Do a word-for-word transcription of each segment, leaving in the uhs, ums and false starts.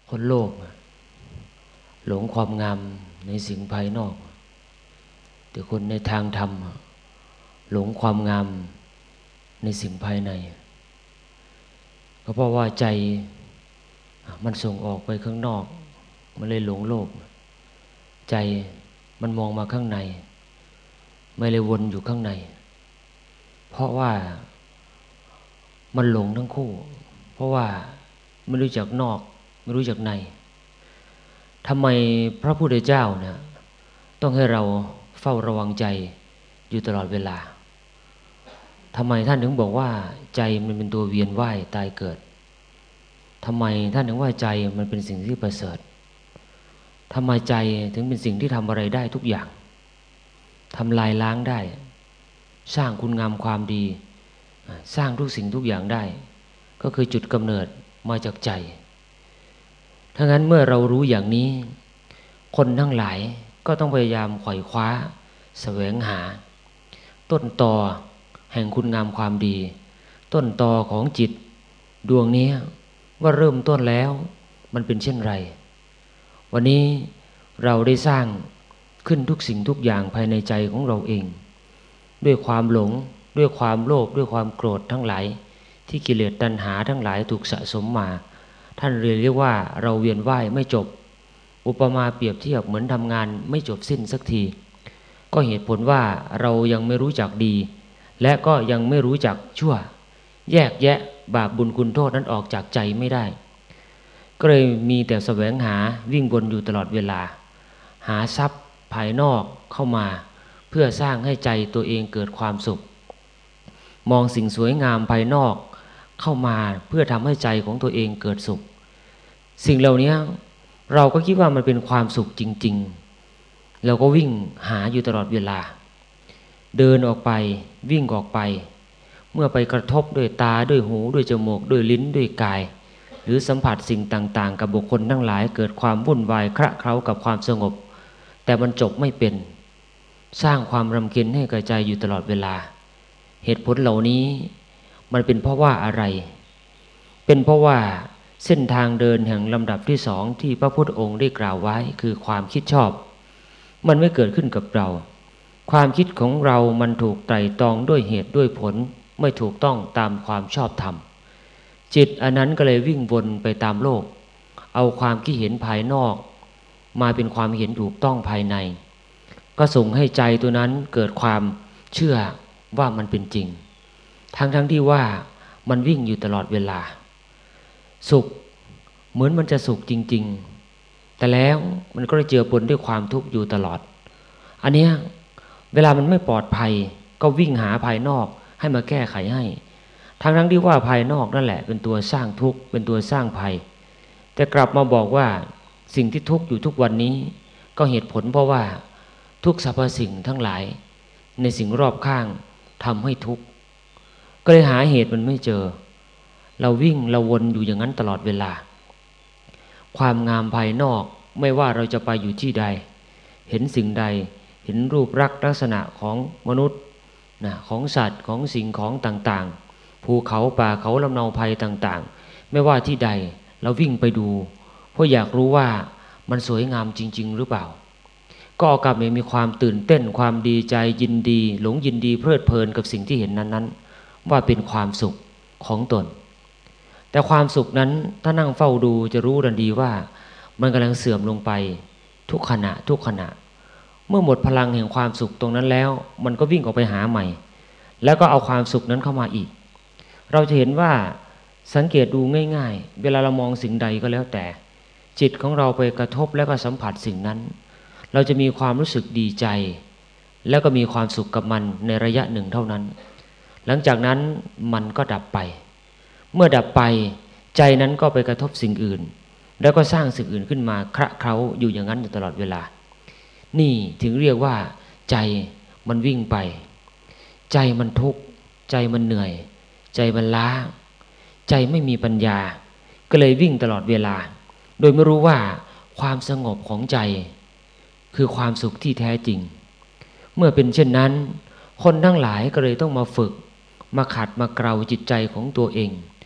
คนโลภหลงความงามในสิ่งภายนอกแต่คนในทางธรรมหลงความงามในสิ่งภายในก็เพราะว่าใจมันส่งออกไปข้างนอกมันเลยหลงโลภใจมันมองมาข้างในไม่เลยวนอยู่ข้างในเพราะว่ามันหลงทั้งคู่เพราะว่าไม่รู้จักนอกไม่รู้จักในทำไมพระพุทธเจ้านะต้องให้เราเฝ้าระวังใจอยู่ตลอดเวลาทำไมท่านถึงบอกว่าใจมันเป็นตัวเวียนว่ายตายเกิดทำไมท่านถึงว่าใจมันเป็นสิ่งที่ประเสริฐทำไมใจถึงเป็นสิ่งที่ทำอะไรได้ทุกอย่างทำลายล้างได้สร้างคุณงามความดีสร้างทุกสิ่งทุกอย่างได้ก็คือจุดกำเนิดมาจากใจถ้างั้นเมื่อเรารู้อย่างนี้คนทั้งหลายก็ต้องพยายามไขว่คว้าแสวงหาต้นตอแห่งคุณงามความดีต้นตอของจิตดวงนี้ว่าเริ่มต้นแล้วมันเป็นเช่นไรวันนี้เราได้สร้างขึ้นทุกสิ่งทุกอย่างภายในใจของเราเองด้วยความหลงด้วยความโลภด้วยความโกรธทั้งหลายที่กิเลสตัณหาทั้งหลายถูกสะสมมาท่านเรียกว่าเราเวียนว่ายไม่จบอุปมาเปรียบเทียบเหมือนทำงานไม่จบสิ้นสักทีก็เหตุผลว่าเรายังไม่รู้จักดีและก็ยังไม่รู้จักชั่วแยกแยะบาปบุญคุณโทษนั้นออกจากใจไม่ได้ก็เลยมีแต่แสวงหาวิ่งวนอยู่ตลอดเวลาหาทรัพย์ภายนอกเข้ามาเพื่อสร้างให้ใจตัวเองเกิดความสุขมองสิ่งสวยงามภายนอกเข้ามาเพื่อทำให้ใจของตัวเองเกิดสุขสิ่งเหล่านี้เราก็คิดว่ามันเป็นความสุขจริงๆเราก็วิ่งหาอยู่ตลอดเวลาเดินออกไปวิ่งออกไปเมื่อไปกระทบด้วยตาด้วยหูด้วยจมูกด้วยลิ้นด้วยกายหรือสัมผัสสิ่งต่างๆกับบุคคลทั้งหลายเกิดความวุ่นวายคระเคล้ากับความสงบแต่มันจบไม่เป็นสร้างความรำเค็ญให้กระจายอยู่ตลอดเวลาเหตุผลเหล่านี้มันเป็นเพราะว่าอะไรเป็นเพราะว่าเส้นทางเดินแห่งลำดับที่สองที่พระพุทธองค์ได้กล่าวไว้คือความคิดชอบมันไม่เกิดขึ้นกับเราความคิดของเรามันถูกไตร่ตรองด้วยเหตุด้วยผลไม่ถูกต้องตามความชอบธรรมจิตอันนั้นก็เลยวิ่งวนไปตามโลกเอาความคิดเห็นภายนอกมาเป็นความเห็นถูกต้องภายในก็ส่งให้ใจตัวนั้นเกิดความเชื่อว่ามันเป็นจริงทั้งทั้งที่ว่ามันวิ่งอยู่ตลอดเวลาสุขเหมือนมันจะสุขจริงๆแต่แล้วมันก็เจือปนด้วยความทุกข์อยู่ตลอดอันเนี้ยเวลามันไม่ปลอดภัยก็วิ่งหาภายนอกให้มาแก้ไขให้ทั้งทั้งที่ว่าภายนอกนั่นแหละเป็นตัวสร้างทุกข์เป็นตัวสร้างภัยแต่กลับมาบอกว่าสิ่งที่ทุกข์อยู่ทุกวันนี้ก็เหตุผลเพราะว่าทุกสรรพสิ่งทั้งหลายในสิ่งรอบข้างทำให้ทุกข์ก็เลยหาเหตุมันไม่เจอเราวิ่งเราวนอยู่อย่างนั้นตลอดเวลาความงามภายนอกไม่ว่าเราจะไปอยู่ที่ใดเห็นสิ่งใดเห็นรูปลักษณะของมนุษย์นะของสัตว์ของสิ่งของต่างๆภูเขาป่าเขาลำเนาภัยต่างๆไม่ว่าที่ใดเราวิ่งไปดูเพราะอยากรู้ว่ามันสวยงามจริงๆหรือเปล่าก็กลับมีความตื่นเต้นความดีใจยินดีหลงยินดีเพลิดเพลินกับสิ่งที่เห็นนั้นๆว่าเป็นความสุขของตนแต่ความสุขนั้นถ้านั่งเฝ้าดูจะรู้ทันทีว่ามันกำลังเสื่อมลงไปทุกขณะทุกขณะเมื่อหมดพลังแห่งความสุขตรงนั้นแล้วมันก็วิ่งออกไปหาใหม่แล้วก็เอาความสุขนั้นเข้ามาอีกเราจะเห็นว่าสังเกตดูง่ายๆเวลาเรามองสิ่งใดก็แล้วแต่จิตของเราไปกระทบแล้วก็สัมผัสสิ่งนั้นเราจะมีความรู้สึกดีใจแล้วก็มีความสุขกับมันในระยะหนึ่งเท่านั้นหลังจากนั้นมันก็ดับไปเมื่อดับไปใจนั้นก็ไปกระทบสิ่งอื่นแล้วก็สร้างสิ่งอื่นขึ้นมาคระเคล้าอยู่อย่างนั้นอยู่ตลอดเวลานี่ถึงเรียกว่าใจมันวิ่งไปใจมันทุกข์ใจมันเหนื่อยใจมันล้าใจไม่มีปัญญาก็เลยวิ่งตลอดเวลาโดยไม่รู้ว่าความสงบของใจคือความสุขที่แท้จริงเมื่อเป็นเช่นนั้นคนทั้งหลายก็เลยต้องมาฝึกมาขัดมาเกลาจิตใจของตัวเอง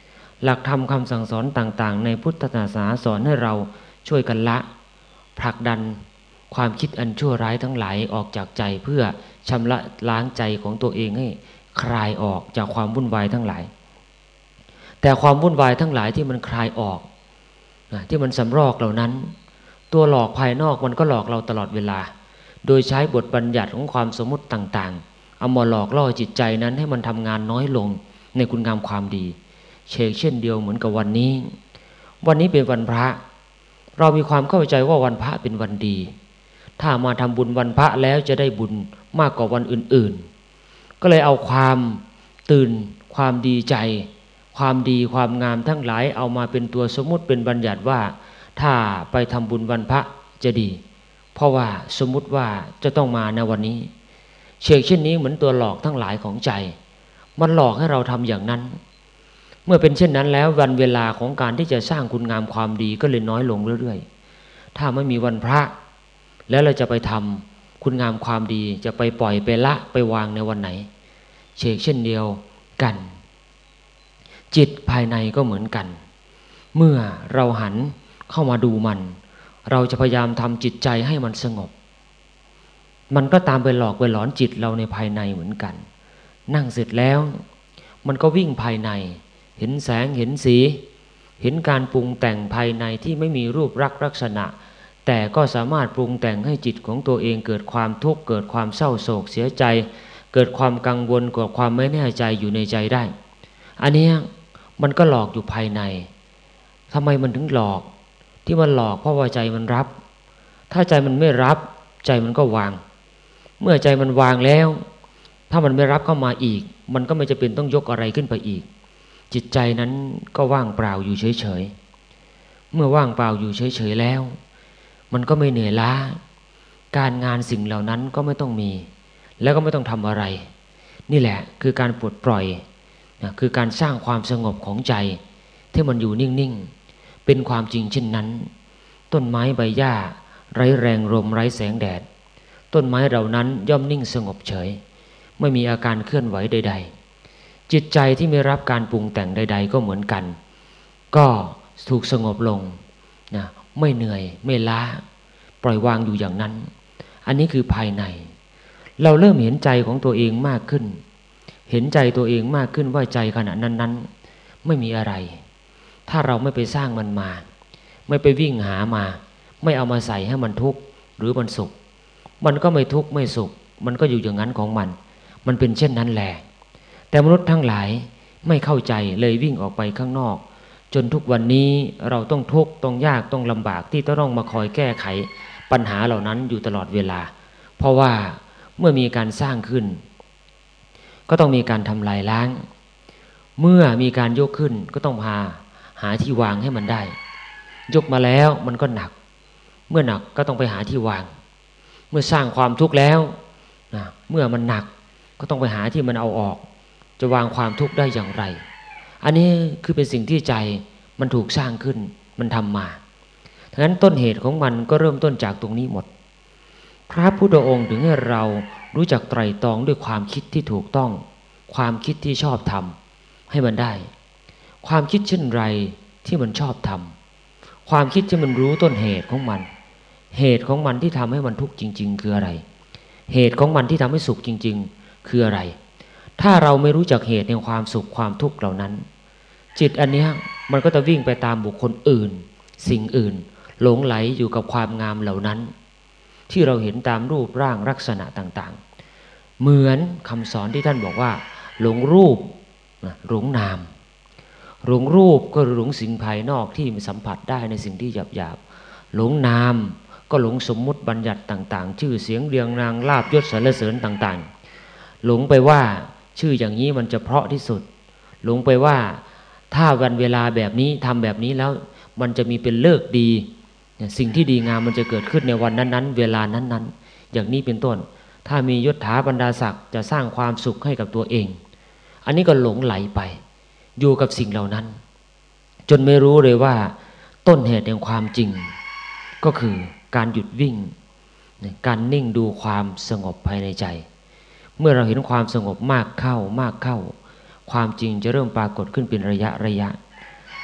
หลักธรรมคำสั่งสอนต่างๆในพุทธศาสนาสอนให้เราช่วยกันละผลักดันความคิดอันชั่วร้ายทั้งหลายออกจากใจเพื่อชำระล้างใจของตัวเองให้คลายออกจากความวุ่นวายทั้งหลายแต่ความวุ่นวายทั้งหลายที่มันคลายออกที่มันสำรอกเหล่านั้นตัวหลอกภายนอกมันก็หลอกเราตลอดเวลาโดยใช้บทบัญญัติของความสมมติต่างๆเอามาหลอกล่อจิตใจนั้นให้มันทำงานน้อยลงในคุณงามความดีเชกเช่นเดียวเหมือนกับวันนี้วันนี้เป็นวันพระเรามีความเข้าใจว่าวันพระเป็นวันดีถ้ามาทำบุญวันพระแล้วจะได้บุญมากกว่าวันอื่นๆก็เลยเอาความตื่นความดีใจความดีความงามทั้งหลายเอามาเป็นตัวสมมุติเป็นบัญญัติว่าถ้าไปทำบุญวันพระจะดีเพราะว่าสมมุติว่าจะต้องมาในวันนี้เชกเช่นนี้เหมือนตัวหลอกทั้งหลายของใจมันหลอกให้เราทำอย่างนั้นเมื่อเป็นเช่นนั้นแล้ววันเวลาของการที่จะสร้างคุณงามความดีก็เลยน้อยลงเรื่อยๆถ้าไม่มีวันพระแล้วเราจะไปทำคุณงามความดีจะไปปล่อยไปละไปวางในวันไหนเชกเช่นเดียวกันจิตภายในก็เหมือนกันเมื่อเราหันเข้ามาดูมันเราจะพยายามทำจิตใจให้มันสงบมันก็ตามไปหลอกไปหลอนจิตเราในภายในเหมือนกันนั่งเสร็จแล้วมันก็วิ่งภายในเห็นแสงเห็นสีเห็นการปรุงแต่งภายในที่ไม่มีรูปลักษณะแต่ก็สามารถปรุงแต่งให้จิตของตัวเองเกิดความทุกข์เกิดความเศร้าโศกเสียใจเกิดความกังวลเกิดความไม่แน่ใจอยู่ในใจได้อันนี้มันก็หลอกอยู่ภายในทำไมมันถึงหลอกที่มันหลอกเพราะว่าใจมันรับถ้าใจมันไม่รับใจมันก็วางเมื่อใจมันวางแล้วถ้ามันไม่รับเข้ามาอีกมันก็ไม่จะเป็นต้องยกอะไรขึ้นไปอีกจิตใจนั้นก็ว่างเปล่าอยู่เฉยๆเมื่อว่างเปล่าอยู่เฉยๆแล้วมันก็ไม่เหนื่อยล้าการงานสิ่งเหล่านั้นก็ไม่ต้องมีแล้วก็ไม่ต้องทำอะไรนี่แหละคือการปลดปล่อยนะคือการสร้างความสงบของใจที่มันอยู่นิ่งๆเป็นความจริงเช่นนั้นต้นไม้ใบหญ้าไร้แรงลมไร้แสงแดดต้นไม้เหล่านั้นย่อมนิ่งสงบเฉยไม่มีอาการเคลื่อนไหวใดๆจิตใจที่ไม่รับการปรุงแต่งใดๆก็เหมือนกันก็ถูกสงบลงนะไม่เหนื่อยไม่ล้าปล่อยวางอยู่อย่างนั้นอันนี้คือภายในเราเริ่มเห็นใจของตัวเองมากขึ้นเห็นใจตัวเองมากขึ้นว่าใจขณะนั้นๆไม่มีอะไรถ้าเราไม่ไปสร้างมันมาไม่ไปวิ่งหามาไม่เอามาใส่ให้มันทุกข์หรือมันสุขมันก็ไม่ทุกข์ไม่สุขมันก็อยู่อย่างนั้นของมันมันเป็นเช่นนั้นแหละแต่มนุษย์ทั้งหลายไม่เข้าใจเลยวิ่งออกไปข้างนอกจนทุกวันนี้เราต้องทุกข์ต้องยากต้องลำบากที่ต้องมาคอยแก้ไขปัญหาเหล่านั้นอยู่ตลอดเวลาเพราะว่าเมื่อมีการสร้างขึ้นก็ต้องมีการทำลายล้างเมื่อมีการยกขึ้นก็ต้องพาหาที่วางให้มันได้ยกมาแล้วมันก็หนักเมื่อหนักก็ต้องไปหาที่วางเมื่อสร้างความทุกข์แล้วนะเมื่อมันหนักก็ต้องไปหาที่มันเอาออกจะวางความทุกข์ได้อย่างไรอันนี้คือเป็นสิ่งที่ใจมันถูกสร้างขึ้นมันทำมาดังนั้นต้นเหตุของมันก็เริ่มต้นจากตรงนี้หมดพระพุทธองค์ถึงให้เรารู้จักไตร่ตรองด้วยความคิดที่ถูกต้องความคิดที่ชอบทำให้มันได้ความคิดเช่นไรที่มันชอบทำความคิดที่มันรู้ต้นเหตุของมันเหตุของมันที่ทำให้มันทุกข์จริงๆคืออะไรเหตุของมันที่ทำให้สุขจริงๆคืออะไรถ้าเราไม่รู้จักเหตุในความสุขความทุกข์เหล่านั้นจิตอันนี้มันก็จะวิ่งไปตามบุคคลอื่นสิ่งอื่นหลงไหลอยู่กับความงามเหล่านั้นที่เราเห็นตามรูปร่างลักษณะต่างๆเหมือนคำสอนที่ท่านบอกว่าหลงรูปหลงนามหลงรูปก็หลงสิ่งภายนอกที่สัมผัสได้ในสิ่งที่หยาบๆหลงนามก็หลงสมมุติบัญญัติต่างๆชื่อเสียงเรียงนางลาภยศสรรเสริญต่างๆหลงไปว่าชื่ออย่างนี้มันจะเพราะที่สุดหลงไปว่าถ้าวันเวลาแบบนี้ทำแบบนี้แล้วมันจะมีเป็นเลิกดีสิ่งที่ดีงามมันจะเกิดขึ้นในวันนั้นๆเวลานั้นๆอย่างนี้เป็นต้นถ้ามียศถาบรรดาศักดิ์จะสร้างความสุขให้กับตัวเองอันนี้ก็หลงไหลไปอยู่กับสิ่งเหล่านั้นจนไม่รู้เลยว่าต้นเหตุแห่งความจริงก็คือการหยุดวิ่งการนิ่งดูความสงบภายในใจเมื่อเราเห็นความสงบมากเข้ามากเข้าความจริงจะเริ่มปรากฏขึ้นเป็นระยะระยะ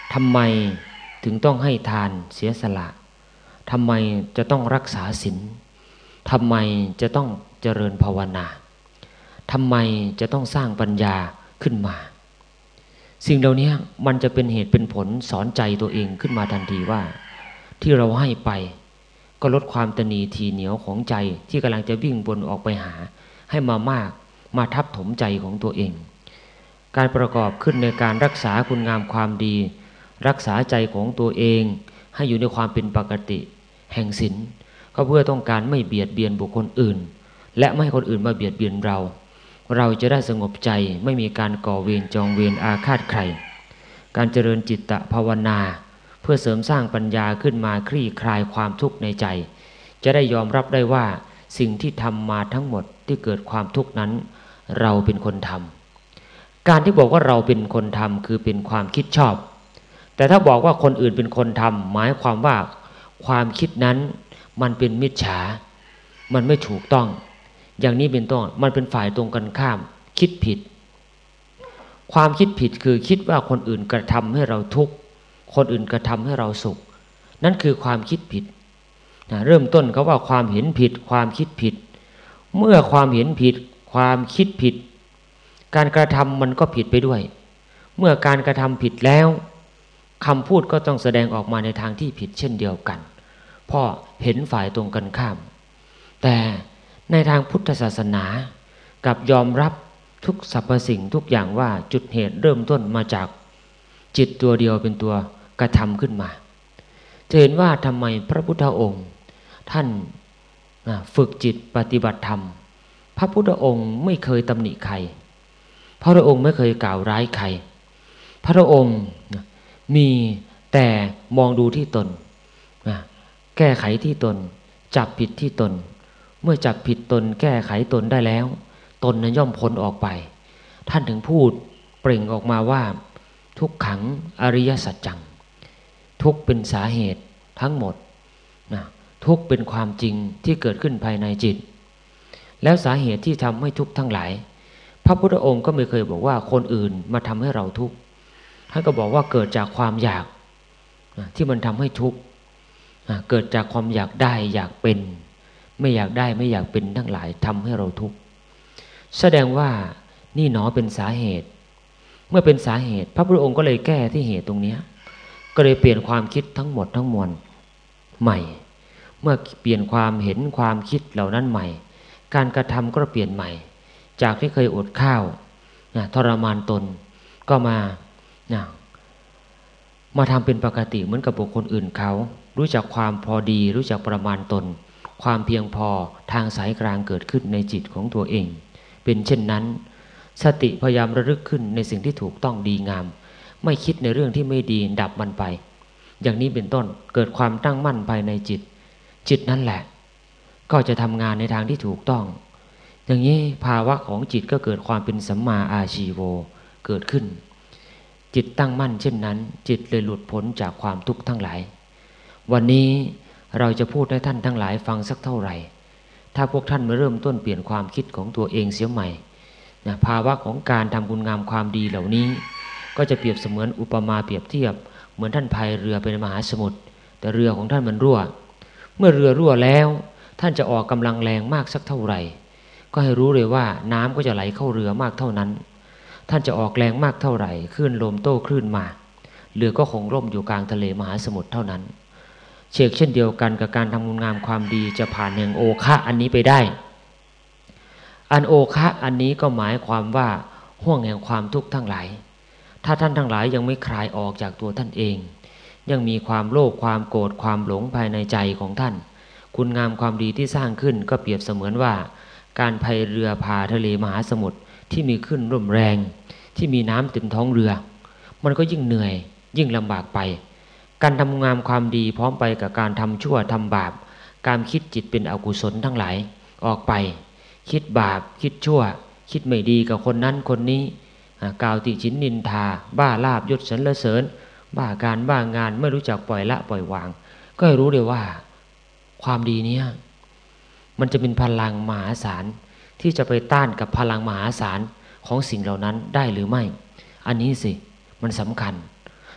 ทำไมถึงต้องให้ทานเสียสละทำไมจะต้องรักษาศีลทำไมจะต้องเจริญภาวนาทำไมจะต้องสร้างปัญญาขึ้นมาสิ่งเหล่านี้มันจะเป็นเหตุเป็นผลสอนใจตัวเองขึ้นมาทันทีว่าที่เราให้ไปก็ลดความตนีทีเหนียวของใจที่กำลังจะวิ่งบนออกไปหาให้มามากมาทับถมใจของตัวเองการประกอบขึ้นในการรักษาคุณงามความดีรักษาใจของตัวเองให้อยู่ในความเป็นปกติแห่งศีลก็เพื่อต้องการไม่เบียดเบียนบุคคลอื่นและไม่ให้คนอื่นมาเบียดเบียนเราเราจะได้สงบใจไม่มีการก่อเวรจองเวรอาฆาตใครการเจริญจิตตภาวนาเพื่อเสริมสร้างปัญญาขึ้นมาคลี่คลายความทุกข์ในใจจะได้ยอมรับได้ว่าสิ่งที่ทำมาทั้งหมดที่เกิดความทุกข์นั้นเราเป็นคนทำการที่บอกว่าเราเป็นคนทำคือเป็นความคิดชอบแต่ถ้าบอกว่าคนอื่นเป็นคนทำหมายความว่าความคิดนั้นมันเป็นมิจฉามันไม่ถูกต้องอย่างนี้เป็นต้นมันเป็นฝ่ายตรงกันข้ามคิดผิดความคิดผิดคือคิดว่าคนอื่นกระทำให้เราทุกข์คนอื่นกระทำให้เราสุขนั่นคือความคิดผิดนะเริ่มต้นก็ว่าความเห็นผิดความคิดผิดเมื่อความเห็นผิดความคิดผิดการกระทำมันก็ผิดไปด้วยเมื่อการกระทำผิดแล้วคำพูดก็ต้องแสดงออกมาในทางที่ผิดเช่นเดียวกันเพราะเห็นฝ่ายตรงกันข้ามแต่ในทางพุทธศาสนากับยอมรับทุกสรรพสิ่งทุกอย่างว่าจุดเหตุเริ่มต้นมาจากจิตตัวเดียวเป็นตัวกระทำขึ้นมาจะเห็นว่าทำไมพระพุทธองค์ท่านฝึกจิตปฏิบัติธรรมพระพุทธองค์ไม่เคยตำหนิใครพระองค์ไม่เคยกล่าวร้ายใครพระองค์มีแต่มองดูที่ตนแก้ไขที่ตนจับผิดที่ตนเมื่อจับผิดตนแก้ไขตนได้แล้วตนนั้นย่อมพ้นออกไปท่านถึงพูดเปล่งออกมาว่าทุกขังอริยสัจจังทุกเป็นสาเหตุทั้งหมดนะทุกเป็นความจริงที่เกิดขึ้นภายในจิตแล้วสาเหตุที่ทำให้ทุกข์ทั้งหลายพระพุทธองค์ก็ไม่เคยบอกว่าคนอื่นมาทำให้เราทุกข์ท่านก็บอกว่าเกิดจากความอยากที่มันทำให้ทุกข์เกิดจากความอยากได้อยากเป็นไม่อยากได้ไม่อยากเป็นทั้งหลายทำให้เราทุกข์แสดงว่านี่หนอเป็นสาเหตุเมื่อเป็นสาเหตุพระพุทธองค์ก็เลยแก้ที่เหตุตรงนี้ก็เลยเปลี่ยนความคิดทั้งหมดทั้งมวลใหม่เมื่อเปลี่ยนความเห็นความคิดเหล่านั้นใหม่การกระทำก็เปลี่ยนใหม่จากที่เคยอดข้าวนะทรมานตนก็มานะมาทำเป็นปกติเหมือนกับบุคคลอื่นเขารู้จักความพอดีรู้จักประมาณตนความเพียงพอทางสายกลางเกิดขึ้นในจิตของตัวเองเป็นเช่นนั้นสติพยายามระลึกขึ้นในสิ่งที่ถูกต้องดีงามไม่คิดในเรื่องที่ไม่ดีดับมันไปอย่างนี้เป็นต้นเกิดความตั้งมั่นภายในจิตจิตนั่นแหละก็จะทำงานในทางที่ถูกต้องอย่างนี้ภาวะของจิตก็เกิดความเป็นสัมมาอาชีโวเกิดขึ้นจิตตั้งมั่นเช่นนั้นจิตเลยหลุดพ้นจากความทุกข์ทั้งหลายวันนี้เราจะพูดให้ท่านทั้งหลายฟังสักเท่าไหร่ถ้าพวกท่านมาเริ่มต้นเปลี่ยนความคิดของตัวเองเสียใหม่นะภาวะของการทำคุณงามความดีเหล่านี้ก็จะเปรียบเสมือนอุปมาเปรียบเทียบเหมือนท่านพายเรือไปในมหาสมุทรแต่เรือของท่านมันรั่วเมื่อเรือรั่วแล้วท่านจะออกกำลังแรงมากสักเท่าไหร่ก็ให้รู้เลยว่าน้ำก็จะไหลเข้าเรือมากเท่านั้นท่านจะออกแรงมากเท่าไหร่คลื่นลมโต้คลื่นมาเรือก็คงล่มอยู่กลางทะเลมหาสมุทรเท่านั้นเช่นเช่นเดียวกันกับการทำคุณงามความดีจะผ่านแห่งโอคะอันนี้ไปได้อันโอคะอันนี้ก็หมายความว่าห่วงแห่งความทุกข์ทั้งหลายถ้าท่านทั้งหลายยังไม่คลายออกจากตัวท่านเองยังมีความโลภความโกรธความหลงภายในใจของท่านคุณงามความดีที่สร้างขึ้นก็เปรียบเสมือนว่าการพายเรือพาทะเลมหาสมุทรที่มีขึ้นร่มแรงที่มีน้ำเต็มท้องเรือมันก็ยิ่งเหนื่อยยิ่งลำบากไปการทำงามความดีพร้อมไปกับการทำชั่วทำบาปการคิดจิตเป็นอกุศลทั้งหลายออกไปคิดบาปคิดชั่วคิดไม่ดีกับคนนั้นคนนี้กล่าวติฉินนินทาบ้าลาภยศสรรเสริญบ้าการบ้างานไม่รู้จักปล่อยละปล่อยวางก็ให้รู้เลยว่าความดีนี้มันจะเป็นพลังมหาศาลที่จะไปต้านกับพลังมหาศาลของสิ่งเหล่านั้นได้หรือไม่อันนี้สิมันสำคัญ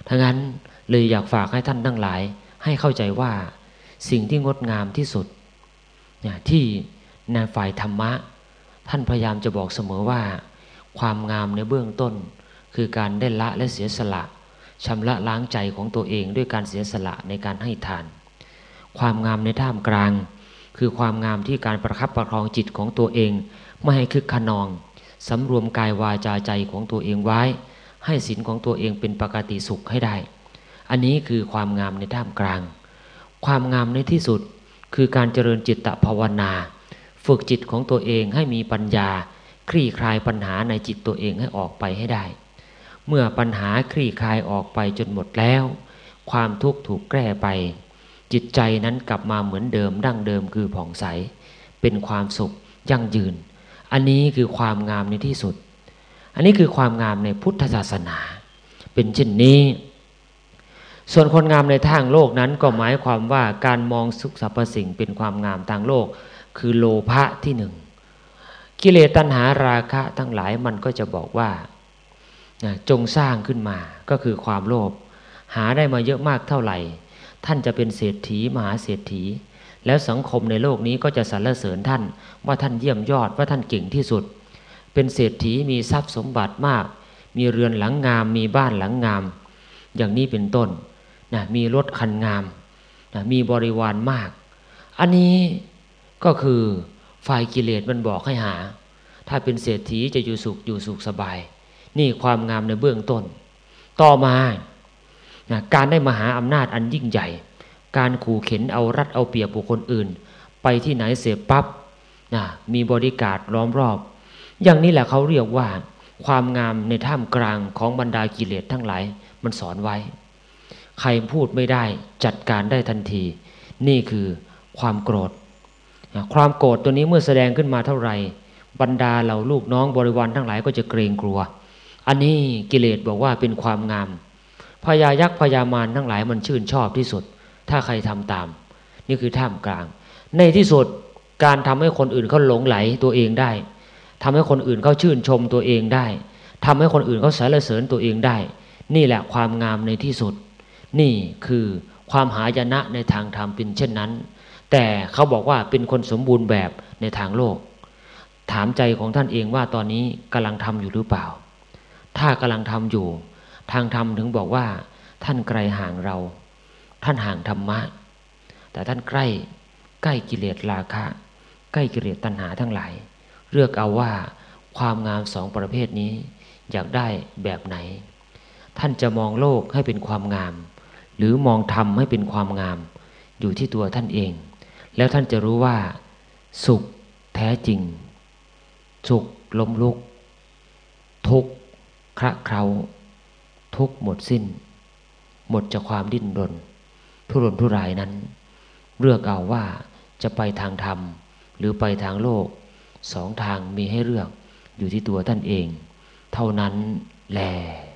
ทั้งนั้นเลยอยากฝากให้ท่านทั้งหลายให้เข้าใจว่าสิ่งที่งดงามที่สุดเนี่ยที่ในฝ่ายธรรมะท่านพยายามจะบอกเสมอว่าความงามในเบื้องต้นคือการได้ละและเสียสละชำระล้างใจของตัวเองด้วยการเสียสละในการให้ทานความงามในท่ามกลางคือความงามที่การประคับประคองจิตของตัวเองไม่ให้คึกขนองสำรวมกายวาจาใจของตัวเองไว้ให้ศีลของตัวเองเป็นปกติสุขให้ได้อันนี้คือความงามในท่ามกลางความงามในที่สุดคือการเจริญจิตตภาวนาฝึกจิตของตัวเองให้มีปัญญาคลี่คลายปัญหาในจิตตัวเองให้ออกไปให้ได้เมื่อปัญหาคลี่คลายออกไปจนหมดแล้วความทุกข์ถูกแก้ไปจิตใจนั้นกลับมาเหมือนเดิมดั้งเดิมคือผ่องใสเป็นความสุขยั่งยืนอันนี้คือความงามในที่สุดอันนี้คือความงามในพุทธศาสนาเป็นเช่นนี้ส่วนคนงามในทางโลกนั้นก็หมายความว่าการมองสุขสรรพสิ่งเป็นความงามทางโลกคือโลภะที่หนึ่งกิเลสตัณหาราคะทั้งหลายมันก็จะบอกว่าจงสร้างขึ้นมาก็คือความโลภหาได้มาเยอะมากเท่าไหร่ท่านจะเป็นเศรษฐีมหาเศรษฐีแล้วสังคมในโลกนี้ก็จะสรรเสริญท่านว่าท่านเยี่ยมยอดว่าท่านเก่งที่สุดเป็นเศรษฐีมีทรัพย์สมบัติมากมีเรือนหลังงามมีบ้านหลังงามอย่างนี้เป็นต้นนะมีรถคันงามนะมีบริวารมากอันนี้ก็คือฝ่ายกิเลสมันบอกให้หาถ้าเป็นเศรษฐีจะอยู่สุขอยู่สุขสบายนี่ความงามในเบื้องต้นต่อมานะการได้มหาอำนาจอันยิ่งใหญ่การขู่เข็นเอารัดเอาเปรียบบุคคลอื่นไปที่ไหนเสียปั๊บนะมีบริการล้อมรอบอย่างนี้แหละเขาเรียกว่าความงามในท่ามกลางของบรรดากิเลสทั้งหลายมันสอนไว้ใครพูดไม่ได้จัดการได้ทันทีนี่คือความโกรธความโกรธตัวนี้เมื่อแสดงขึ้นมาเท่าไหร่บรรดาเหล่าลูกน้องบริวารทั้งหลายก็จะเกรงกลัวอันนี้กิเลสบอกว่าเป็นความงามพญายักษ์พญามารทั้งหลายมันชื่นชอบที่สุดถ้าใครทำตามนี่คือท่ามกลางในที่สุดการทำให้คนอื่นเขาหลงไหลตัวเองได้ทำให้คนอื่นเขาชื่นชมตัวเองได้ทำให้คนอื่นเขาสรรเสริญตัวเองได้นี่แหละความงามในที่สุดนี่คือความหายนะในทางธรรมเป็นเช่นนั้นแต่เขาบอกว่าเป็นคนสมบูรณ์แบบในทางโลกถามใจของท่านเองว่าตอนนี้กำลังทำอยู่หรือเปล่าถ้ากำลังทำอยู่ทางธรรมถึงบอกว่าท่านไกลห่างเราท่านห่างธรรมะแต่ท่านใกล้ใกล้กิเลสราคะใกล้กิเลสตัณหาทั้งหลายเลือกเอาว่าความงามสองประเภทนี้อยากได้แบบไหนท่านจะมองโลกให้เป็นความงามหรือมองธรรมให้เป็นความงามอยู่ที่ตัวท่านเองแล้วท่านจะรู้ว่าสุขแท้จริงสุขล้มลุกทุกข์คระเคล้าทุกข์หมดสิ้นหมดจากความดิ้นรนทุรนทุรายนั้นเลือกเอาว่าจะไปทางธรรมหรือไปทางโลกสองทางมีให้เลือกอยู่ที่ตัวท่านเองเท่านั้นแล